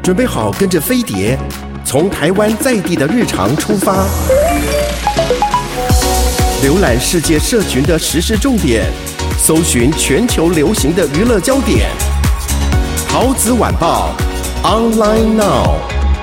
准备好跟着飞碟，从台湾在地的日常出发，浏览世界社群的时事重点，搜寻全球流行的娱乐焦点。桃子晚报 online now。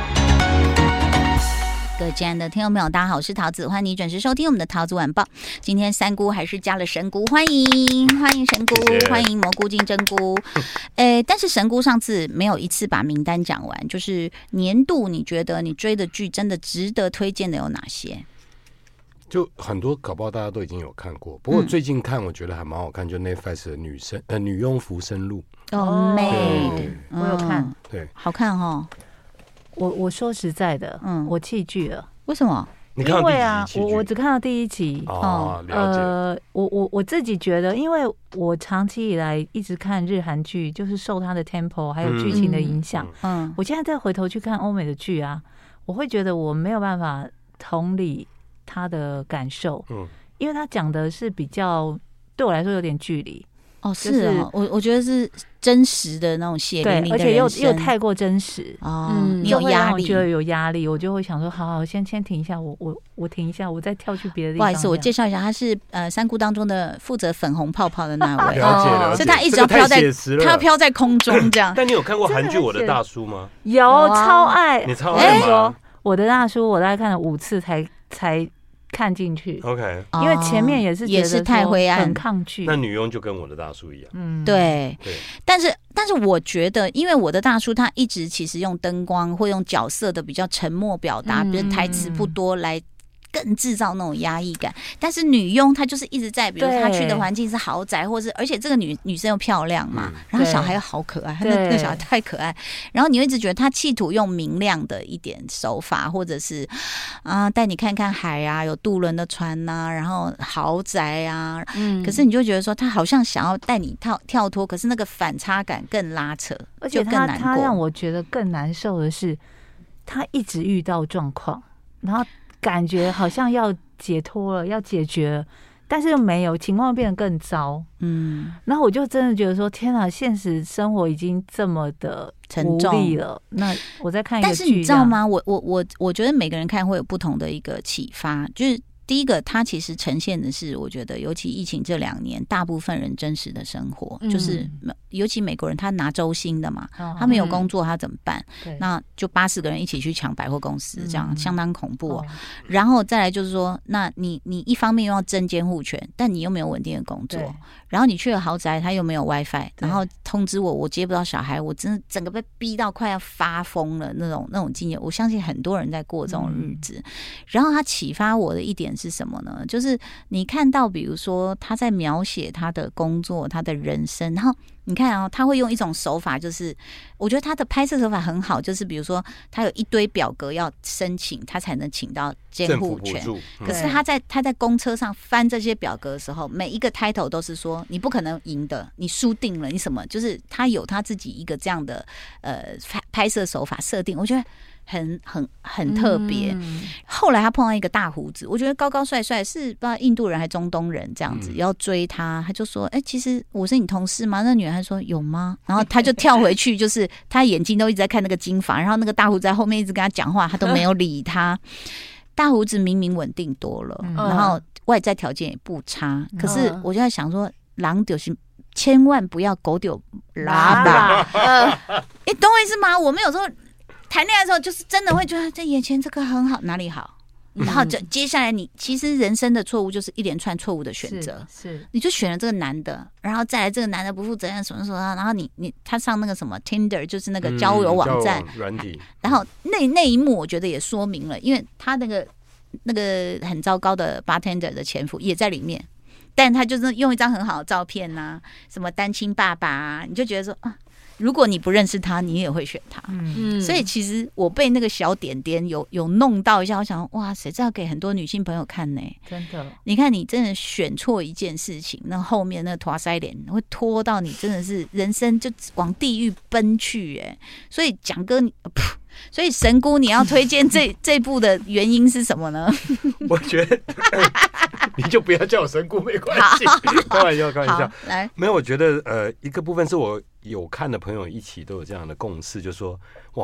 各位亲爱的听众朋友，大家好，我是桃子，欢迎你准时收听我们的桃子晚报。今天三姑还是加了神菇，欢迎神菇，谢谢，欢迎蘑菇金针菇。但是神菇上次没有一次把名单讲完，就是年度你觉得你追的剧真的值得推荐的有哪些？ 就很多搞不好大家都已经有看过，不过最近看我觉得还蛮好看，就 Netflix 的女佣浮生录。 哦， 妹，我有看， 对， 好看哦。 我说实在的，我弃剧了。 为什么？ 你看到第几集？ 我只看到第一集。 哦，了解。 我自己觉得，因为我长期以来一直看日韩剧，就是受它的 tempo 还有剧情的影响。我现在再回头去看欧美的剧啊，我会觉得我没有办法同理他的感受。因为他讲的是比较对我来说有点距离。 哦，是哦，我觉得是真实的那种血淋淋的人生， 而且又太过真实你有压力， 我觉得有压力，我就会想说，好，先停一下，我停一下，我再跳去别的地方。 不好意思，我介绍一下，他是三姑当中的负责粉红泡泡的那位， 了解， 所以他一直要飘在，他要飘在空中这样。 但你有看过韩剧《我的大叔》吗？ 有，超爱， 你超爱吗？ 我的大叔，我大概看了5次才看进去 ，OK， 因为前面也是太灰暗， 很抗拒。 那女佣就跟我的大叔一样， 对。但是我觉得，因为我的大叔他一直其实用灯光或用角色的比较沉默表达，比如台词不多来更制造那种压抑感，但是女佣她就是一直在，比如她去的环境是豪宅，或是而且这个女生又漂亮嘛，然后小孩又好可爱，那个小孩太可爱，然后你会一直觉得她企图用明亮的一点手法，或者是带你看看海啊，有渡轮的船啊，然后豪宅啊，可是你就觉得说她好像想要带你跳脱，可是那个反差感更拉扯， 而且她让我觉得更难受的是，她一直遇到状况，然后感觉好像要解脱了，要解决了，但是又没有，情况变得更糟。然后我就真的觉得说，天哪，现实生活已经这么的无力了。那我再看一个剧，但是你知道吗？我觉得每个人看会有不同的一个启发，就是第一个，它其实呈现的是，我觉得尤其疫情这2年，大部分人真实的生活，就是尤其美国人，他拿周薪的嘛，他没有工作，他怎么办？那就80个人一起去抢百货公司，这样相当恐怖。然后再来就是说，那你一方面又要争监护权，但你又没有稳定的工作，然后你去了豪宅，他又没有 WiFi， 然后通知我接不到小孩，我真的整个被逼到快要发疯了那种境界。我相信很多人在过这种日子。然后他启发我的一点是什么呢？就是你看到，比如说他在描写他的工作、他的人生，然后你看他会用一种手法，就是我觉得他的拍摄手法很好，就是比如说他有一堆表格要申请，他才能请到监护权。可是他在公车上翻这些表格的时候，每一个 title 都是说你不可能赢的，你输定了，你什么？就是他有他自己一个这样的拍摄手法设定，我觉得很特别。后来他碰到一个大胡子，我觉得高高帅帅，是不知道印度人还中东人这样子，要追他，他就说：“其实我是你同事吗？”那女人还说：“有吗？”然后他就跳回去，就是他眼睛都一直在看那个金发，然后那个大胡子在后面一直跟他讲话，他都没有理他。大胡子明明稳定多了，然后外在条件也不差，可是我就在想说，人就是千万不要狗丢拉吧，你懂我意思吗？我们有时候谈恋爱的时候，就是真的会觉得这眼前这个很好，哪里好？然后接下来你其实人生的错误就是一连串错误的选择，是你就选了这个男的，然后再来这个男的不负责任什么什么，然后他上那个什么 Tinder 就是那个交友网站软体， 然后那一幕我觉得也说明了，因为他那个很糟糕的 bartender 的前夫也在里面，但他就是用一张很好的照片啊，什么单亲爸爸啊，你就觉得说如果你不认识他，你也会选他。所以其实我被那个小点点有弄到一下，我想哇塞，这要给很多女性朋友看呢。真的，你看你真的选错一件事情，那后面那个拖腮脸会拖到你真的是人生就往地狱奔去哎。所以蒋哥所以神姑你要推荐这部的原因是什么呢？ 我觉得你就不要叫我神姑没关系，开玩笑。来，没有，我觉得一个部分是我有看的朋友一起都有这样的共识，就说哇，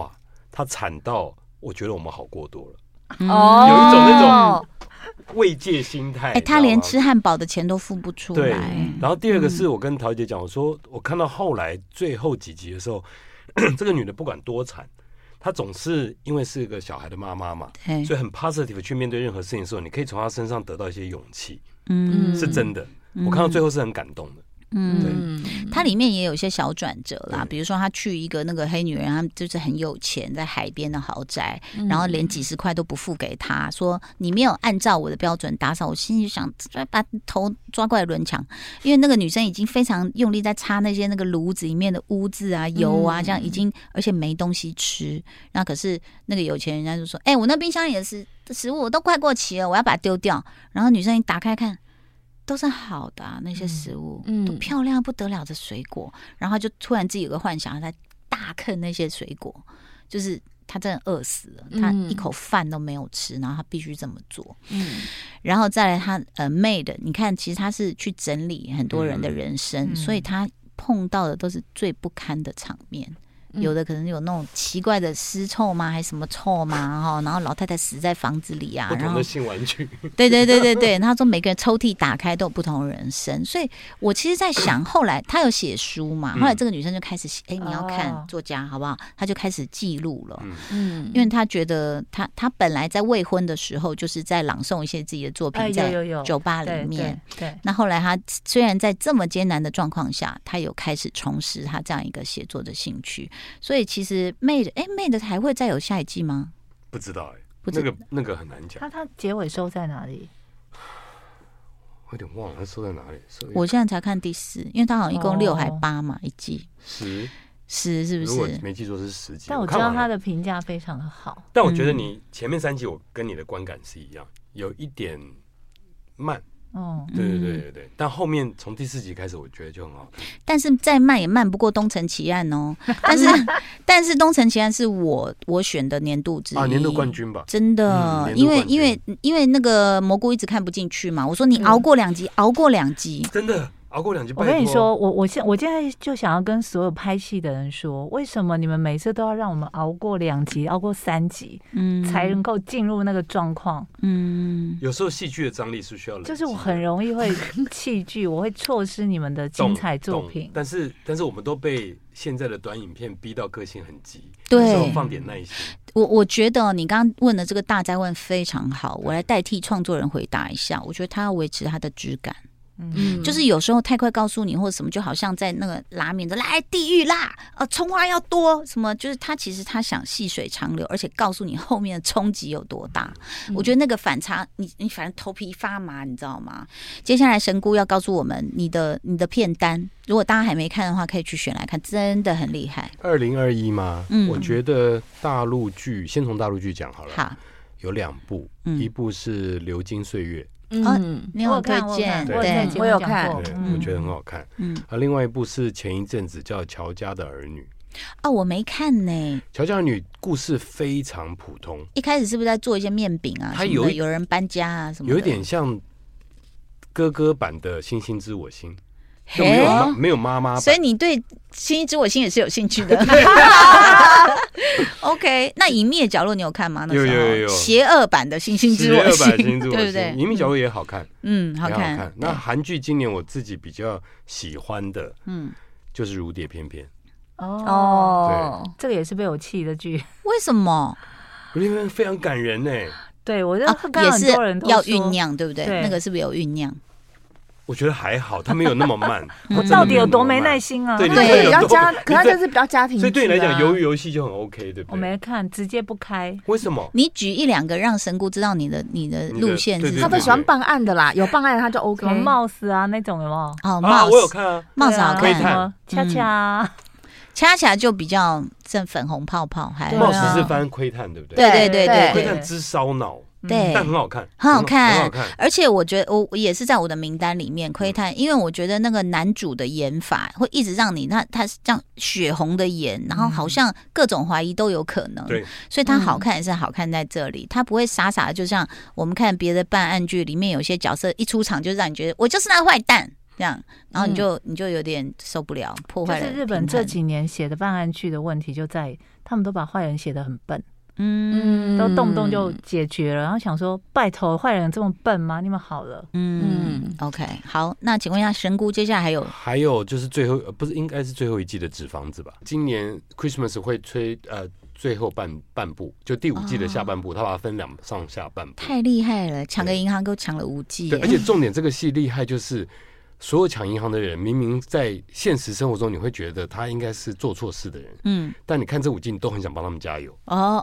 他惨到我觉得我们好过多了， 哦， 有一种那种慰藉心态。 他连吃汉堡的钱都付不出来。 对，然后第二个是我跟陶姐讲，我说我看到后来最后几集的时候，这个女的不管多惨，她总是因为是一个小孩的妈妈嘛，所以很 positive 去面对任何事情的时候，你可以从她身上得到一些勇气，是真的。我看到最后是很感动的。 它里面也有一些小转折啦，比如说他去一个那个黑女人，他就是很有钱，在海边的豪宅，然后连几十块都不付给他，说你没有按照我的标准打扫，我心里想把头抓过来轮墙，因为那个女生已经非常用力在擦那些那个炉子里面的污渍啊、油啊，这样已经而且没东西吃。那可是那个有钱人家就说：“我那冰箱里的食物我都快过期了，我要把它丢掉。”然后女生一打开看。都是好的那些食物，都漂亮不得了的水果，然后他就突然自己有个幻想，他在大啃那些水果，就是他真的饿死了，他一口饭都没有吃，然后他必须这么做。然后再来他maid， 你看其实他是去整理很多人的人生，所以他碰到的都是最不堪的场面。有的可能有那种奇怪的尸臭吗？还是什么臭吗？然后老太太死在房子里啊， 不同的性玩具。 对，他说每个人抽屉打开都有不同的人生，所以我其实在想，后来他有写书嘛，后来这个女生就开始写，你要看作家好不好？他就开始记录了，因为他觉得他本来在未婚的时候就是在朗诵一些自己的作品在酒吧里面，对。那后来他虽然在这么艰难的状况下，他有开始重拾他这样一个写作的兴趣。所以其实maid 还会再有下一季吗？ 不知道那个很难讲。 他结尾收在哪里？ 我有点忘了他收在哪里。 我现在才看第4，因为他好像一共6还8嘛，一季 10 是不是？ 如果没记错是10集。 但我知道他的评价非常的好。 但我觉得你前面3集我跟你的观感是一样，有一点慢。对，但后面从第4集开始，我觉得就很好看。但是再慢也慢不过《东城奇案》哦。但是《东城奇案》是我选的年度之一年度冠军吧？ 真的，因为那个蘑菇一直看不进去嘛。我说你熬过2集，熬过2集， 真的。熬过2集， 我跟你说，我现在就想要跟所有拍戏的人说，为什么你们每次都要让我们熬过2集、熬过3集，才能够进入那个状况？ 有时候戏剧的张力是需要， 就是我很容易会弃剧，我会错失你们的精彩作品。 但是我们都被现在的短影片逼到个性很急， 对， 放点耐心。 我觉得你刚刚问的这个大哉问非常好，我来代替创作人回答一下。我觉得他要维持他的质感。就是有时候太快告诉你或者什么，就好像在那个拉面的来地狱啦，葱花要多什么，就是他其实他想细水长流，而且告诉你后面的冲击有多大。我觉得那个反差，你反正头皮发麻，你知道吗？接下来神姑要告诉我们你的片单，如果大家还没看的话，可以去选来看，真的很厉害。 2021吗？我觉得大陆剧，先从大陆剧讲好了。好，有2部，一部是《流金岁月》。 你有推荐？ 对， 我有看， 我觉得很好看。另外一部是前一阵子叫《乔家的儿女》。 我没看呢。 乔家的儿女故事非常普通， 一开始是不是在做一些面饼啊？有人搬家啊什么的？ 有一点像哥哥版的《星星知我心》。就没有妈妈， 所以你对《星星知我心》也是有兴趣的。OK， 那《隐秘的角落》你有看吗？那时候有邪恶版的《星星知我心》，对不对？ 《隐秘角落》也好看， 好看。 那韩剧今年我自己比较喜欢的，就是《如蝶翩翩》。 对，这个也是被我气的剧。 为什么？ 《如蝶翩翩》非常感人呢。 对，我就也是要酝酿，对不对？那个是不是有酝酿？ 我觉得还好，他没有那么慢。 到底有多没耐心啊？ 对，比较可他就是比较家庭剧， 所以对你来讲，鱿鱼游戏就很 OK， 对不对？ 我没看，直接不开。 为什么？ 你举1-2个让神姑知道你的路线是什么？ 他不喜欢办案的啦，有办案他就 OK。 帽子啊那种有没有？ 帽子我有看啊， 帽子好看。 恰恰就比较正粉红泡泡，还帽子是翻窥探，对不对？对， 窥探之烧脑。 对， 但很好看， 很好看。而且我觉得我也是在我的名单里面窥探，因为我觉得那个男主的演法会一直让你他这样血红的演，然后好像各种怀疑都有可能。 对， 所以他好看也是好看在这里，他不会傻傻的，就像我们看别的办案剧里面有些角色一出场就让你觉得我就是那个坏蛋。 这样，然后你就有点受不了，破坏了。 就是日本这几年写的办案剧的问题就在他们都把坏人写得很笨。都动不动就解决了，然后想说拜托，坏人这么笨吗？你们好了。 OK， 好，那请问一下神姑，接下来还有就是最后不是应该是最后一季的纸房子吧？今年 Christmas 会吹最后半部，就第5季的下半部，他把它分上下半部， 太厉害了，抢个银行给我抢了5季。 对，而且重点这个戏厉害就是。所有抢银行的人，明明在现实生活中你会觉得他应该是做错事的人，但你看这5季，你都很想帮他们加油。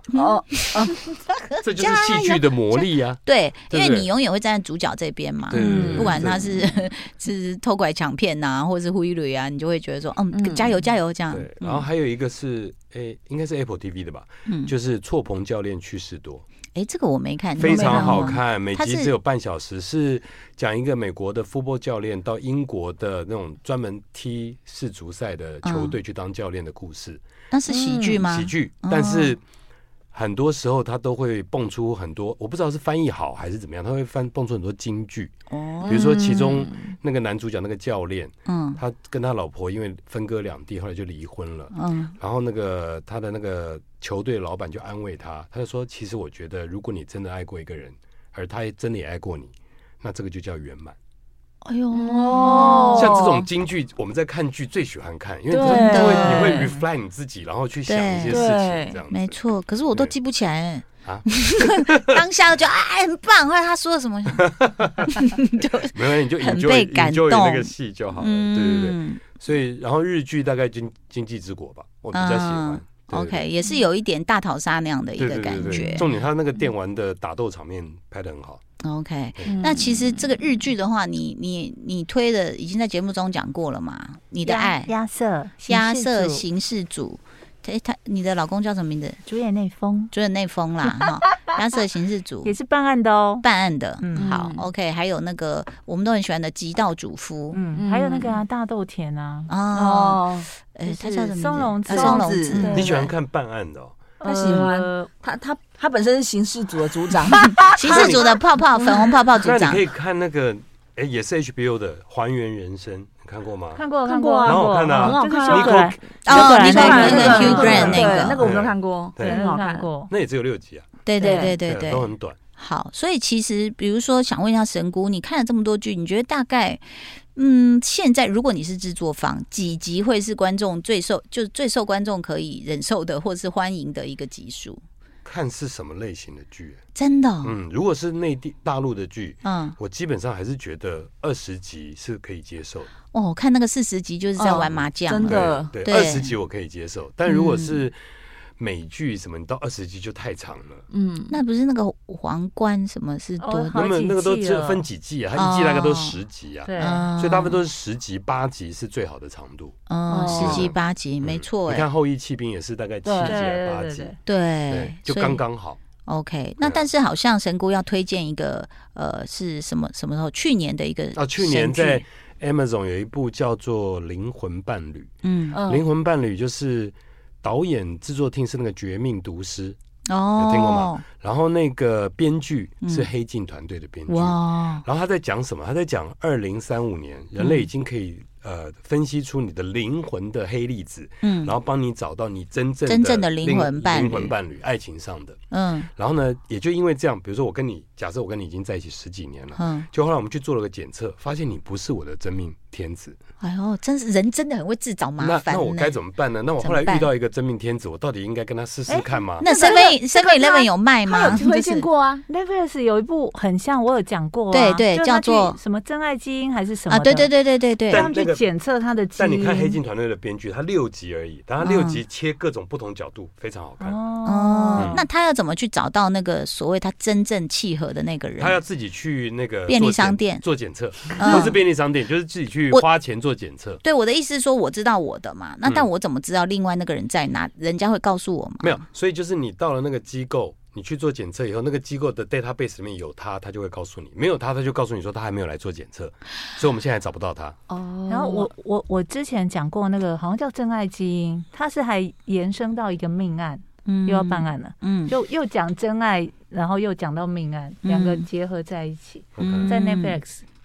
这就是戏剧的魔力啊！ 对，因为你永远会站在主角这边嘛，不管他是偷拐抢骗呐，或者是胡一蕊啊，你就会觉得说，加油加油这样。 对，然后还有一个是，应该是 Apple TV 的吧，就是错棚教练去士多。 这个我没看， 非常好看，每集只有半小时，是讲一个美国的 football 教练到英国的那种专门踢世足赛的球队去当教练的故事。 那是喜剧吗？ 喜剧，但是很多时候他都会蹦出很多，我不知道是翻译好还是怎么样，他会蹦出很多金句。比如说其中那个男主角那个教练，他跟他老婆因为分割两地，后来就离婚了。然后他的那个球队老板就安慰他，他就说：“其实我觉得，如果你真的爱过一个人，而他也真的也爱过你，那这个就叫圆满。” 哎呦， 像这种金句，我们在看剧最喜欢看，因为你会 reflect 你自己，然后去想一些事情，这样子。 没错，可是我都记不起来。当下就很棒，后来他说了什么？ 没关系，你就很被感动那个戏就好了。对对对，所以然后日剧大概经济之国吧，我比较喜欢。 OK， 也是有一点大逃杀那样的一个感觉。 重点他那个电玩的打斗场面拍得很好。 OK， 那其实这个日剧的话，你推的已经在节目中讲过了嘛？你的爱亚瑟刑事组，你的老公叫什么名字？ 主演内丰啦，哈，亚瑟刑事组也是办案的哦， 办案的。好 ，OK， 还有那个我们都很喜欢的极道主夫， 还有那个大豆田啊， 他叫什么名字？ 松隆子， 你喜欢看办案的哦？ 他喜欢他本身是刑事组的组长， 刑事组的粉红泡泡组长。 那你可以看那个，也是 HBO 的《还原人生》，你看过吗？ 看过啊， 蛮好看的， 很好看。 你说那个 Hugh Grant 那个我没有看过， 对， 很好看过。 那也只有6集啊。 对， 都很短。 好，所以其实比如说，想问一下神姑，你看了这么多剧，你觉得大概，现在如果你是制作方，几集会是观众最受观众可以忍受的，或是欢迎的一个集数？ 看是什么类型的剧， 真的。 如果是大陆的剧，我基本上还是觉得20集是可以接受的。 哦，看那个40集就是在玩麻将， 真的。 对，20集我可以接受，但如果是美剧什么，你到20集就太长了。 那不是那个皇冠什么是多？ 那个都只分几季啊，它一季大概都10集啊， 对， 所以大部分都是10集8集是最好的长度。 10集8集，没错。 你看《后羿弃兵》也是大概7集8集， 对， 就刚刚好。 OK， 那但是好像神姑要推荐一个是什么时候？去年的一个去年在 Amazon 有一部叫做《灵魂伴侣》。灵魂伴侣就是导演制作厅是那个《绝命毒师》，有听过吗？然后那个编剧是黑镜团队的编剧。然后他在讲什么？他在讲2035年人类已经可以分析出你的灵魂的黑粒子，然后帮你找到你真正的灵魂伴侣，爱情上的。然后呢，也就因为这样，比如说假设我跟你已经在一起10几年了，就后来我们去做了个检测，发现你不是我的真命天子。 哎呦，人真的很会自找麻烦。 那我该怎么办呢？那我后来遇到一个真命天子，我到底应该跟他试试看吗？ 那 7-11有卖吗？ 他有推荐过啊。 Netflix 有一部很像，我有讲过。 对，叫做什么真爱基因还是什么？ 对， 这样去检测他的基因。 但你看黑镜团队的编剧，他6集而已，但他6集切各种不同角度，非常好看。 那他要怎么去找到那个所谓他真正契合的那个人？ 他要自己去那个便利商店做检测，不是便利商店，就是自己去花钱做检测。 对，我的意思是说，我知道我的嘛，那但我怎么知道另外那个人在哪？人家会告诉我吗？ 没有，所以就是你到了那个机构，你去做检测以后，那个机构的 database 里面有他就会告诉你；没有他就告诉你说他还没有来做检测，所以我们现在找不到他。 然后我之前讲过那个好像叫真爱基因，它是还延伸到一个命案，又要办案了，就又讲真爱，然后又讲到命案，2个结合在一起，在 Netflix。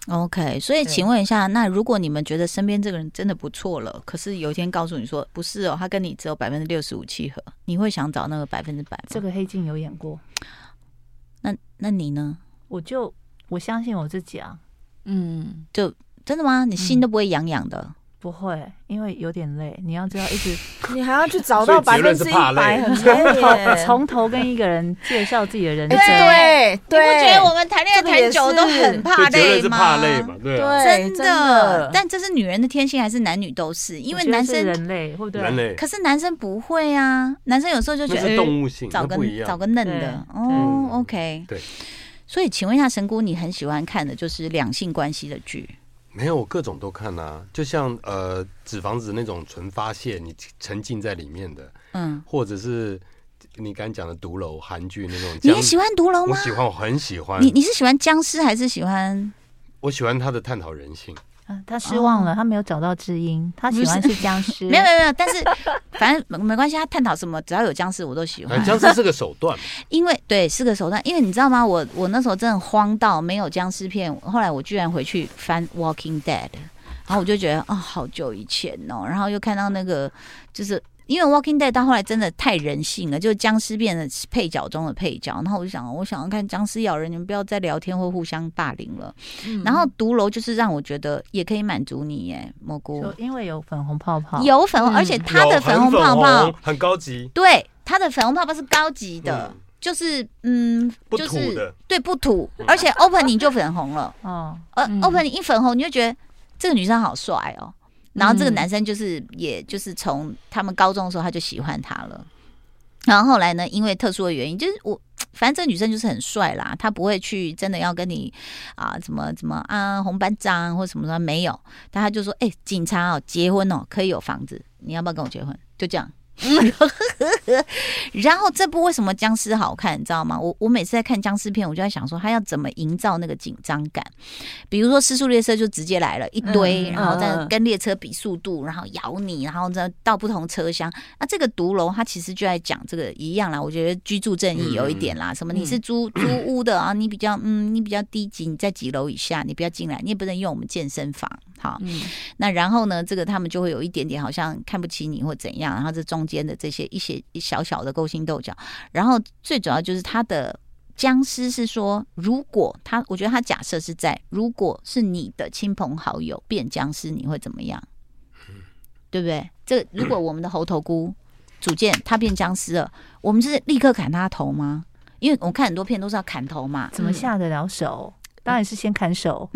OK， 所以请问一下，那如果你们觉得身边这个人真的不错了，可是有一天告诉你说不是哦，他跟你只有65%契合，你会想找那个100%吗？ 这个黑镜有演过。 那你呢？ 我相信我自己啊。 就真的吗？你心都不会痒痒的？ 不会，因为有点累。你要知道，一直你还要去找到100%，很累耶。 从头跟一个人介绍自己的人生， 对， 你不觉得我们谈恋爱谈久都很怕累吗？ 怕累嘛，对啊， 真的。但这是女人的天性，还是男女都是？因为男生人类会不对？ 人类， 可是男生不会啊。男生有时候就觉得是动物性， 找个嫩的哦。OK， 对。 所以，请问一下神姑，你很喜欢看的就是两性关系的剧？ 没有，我各种都看啊，就像纸房子那种纯发泄，你沉浸在里面的，或者是你刚才讲的毒楼韩剧那种。 你也喜欢毒楼吗？ 我喜欢，我很喜欢。 你是喜欢僵尸还是喜欢？ 我喜欢他的探讨人性。 他失望了，他没有找到知音，他喜欢是僵尸。 没有，但是反正没关系，他探讨什么，只要有僵尸我都喜欢。 僵尸是个手段， 因为对是个手段，因为你知道吗？我那时候真的慌到没有僵尸片，后来我居然回去翻《Walking Dead》，然后我就觉得好久以前哦，然后又看到那个就是。因为 Walking Dead 到后来真的太人性了，就是僵尸变成配角中的配角，然后我想要看僵尸咬人，你们不要再聊天或互相霸凌了。然后毒楼就是让我觉得也可以满足你耶，蘑菇， 因为有粉红泡泡， 有粉红，而且它的粉红泡泡很高级， 对，它的粉红泡泡是高级的。就是不土的， 对，不土，而且 opening 就粉红了opening 一粉红，你就觉得这个女生好帅哦。然后这个男生也就是从他们高中的时候他就喜欢她了，然后后来呢，因为特殊的原因，就是反正这个女生就是很帅啦，她不会去真的要跟你怎么红班长或什么的没有，但他就说警察结婚可以有房子，你要不要跟我结婚？就这样。然后这部为什么僵尸好看，你知道吗？我每次在看僵尸片，我就在想说他要怎么营造那个紧张感。比如说失速列车就直接来了一堆，然后再跟列车比速度，然后咬你，然后再到不同车厢。那这个毒楼它其实就在讲这个一样啦，我觉得居住正义有一点啦，什么你是租屋的啊，你比较低级，你在几楼以下，你不要进来，你也不能用我们健身房。好，那然后呢，这个他们就会有一点点好像看不起你或怎样，然后这中间的这些一些小小的勾心斗角，然后最主要就是他的僵尸是说，如果我觉得他假设是在，如果是你的亲朋好友变僵尸，你会怎么样？对不对？这如果我们的猴头菇主见他变僵尸了，我们是立刻砍他头吗？因为我看很多片都是要砍头嘛， 怎么下得了手？当然是先砍手。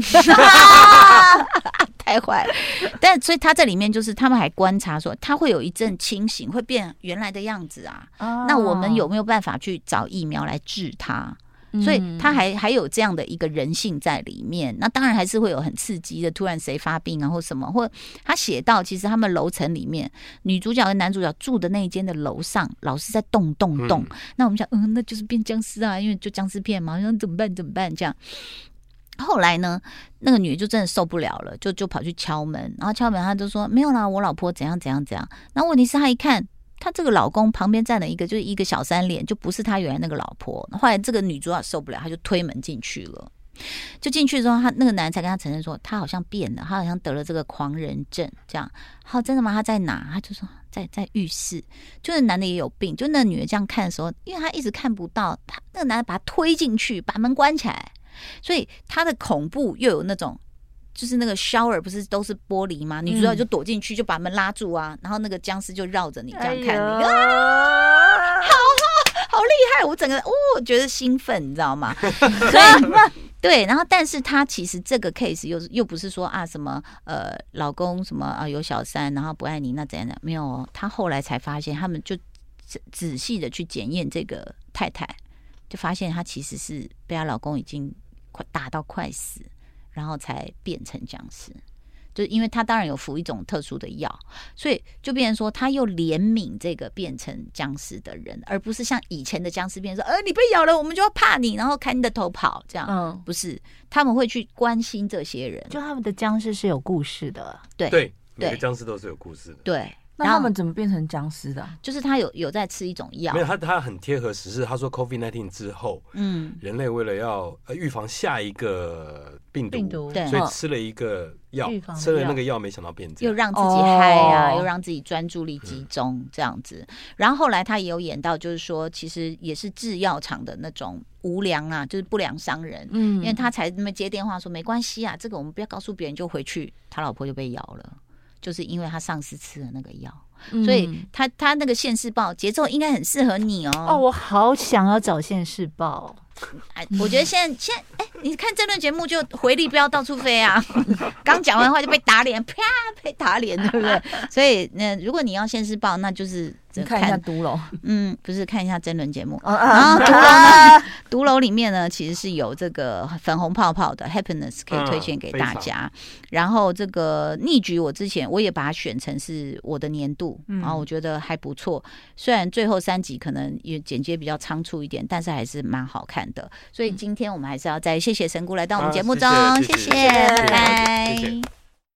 太坏了。但所以他这里面就是他们还观察说他会有一阵清醒，会变原来的样子啊。那我们有没有办法去找疫苗来治它？所以他还有这样的一个人性在里面。那当然还是会有很刺激的，突然谁发病啊或什么，或他写到其实他们楼层里面女主角跟男主角住的那一间的楼上老是在动。那我们想那就是变僵尸啊，因为就僵尸片嘛，怎么办这样。后来呢，那个女的就真的受不了了，就跑去敲门，然后敲门，她就说没有啦，我老婆怎样。那问题是她一看，她这个老公旁边站了就是一个小三脸，就不是她原来那个老婆。后来这个女主角受不了，她就推门进去了。就进去之后，那个男人才跟她承认说，他好像变了，他好像得了这个狂人症。这样，好，真的吗？他在哪？他就说在浴室。就是男的也有病。就那女的这样看的时候，因为他一直看不到，那个男的把他推进去，把门关起来。所以他的恐怖又有那种，就是那个 shower 不是都是玻璃吗？女主角就躲进去，就把门拉住啊，然后那个僵尸就绕着你这样看你，好厉害！我整个我觉得兴奋，你知道吗？对，然后但是他其实这个 case 又不是说什么老公什么有小三然后不爱你那怎样，没有哦。他后来才发现，他们就仔细的去检验这个太太，就发现她其实是被她老公已经打到快死，然后才变成僵尸。就是因为她当然有服一种特殊的药，所以就变成说她又怜悯这个变成僵尸的人，而不是像以前的僵尸片说你被咬了我们就要怕你，然后砍你的头跑这样。不是，他们会去关心这些人， 就他们的僵尸是有故事的。 对， 每个僵尸都是有故事的。 对。 那他们怎么变成僵尸的？ 就是他有在吃一种药， 没有他很贴合时事。他说 COVID-19 之后，人类为了要预防下一个病毒，所以吃了一个药，吃了那个药，没想到变这样， 又让自己嗨啊，又让自己专注力集中这样子。然后后来他也有演到，就是说其实也是制药厂的那种无良啊，就是不良商人，因为他才那么接电话说没关系啊，这个我们不要告诉别人，就回去，他老婆就被咬了。就是因为他上司吃了那个药，所以他那个县市报节奏应该很适合你哦。 我好想要找县市报。 我觉得现在你看这轮节目就回力镖到处飞啊，刚讲完话就被打脸，啪被打脸，对不对？所以如果你要县市报，那就是看一下毒楼， 不是看一下真人节目。然后毒楼呢，毒楼里面呢其实是有这个粉红泡泡的 Happiness 可以推荐给大家。然后这个逆局我也把它选成是我的年度，然后我觉得还不错。虽然最后3集可能也剪接比较仓促一点，但是还是蛮好看的。所以今天我们还是要再谢谢神姑来到我们节目中，谢谢，拜拜。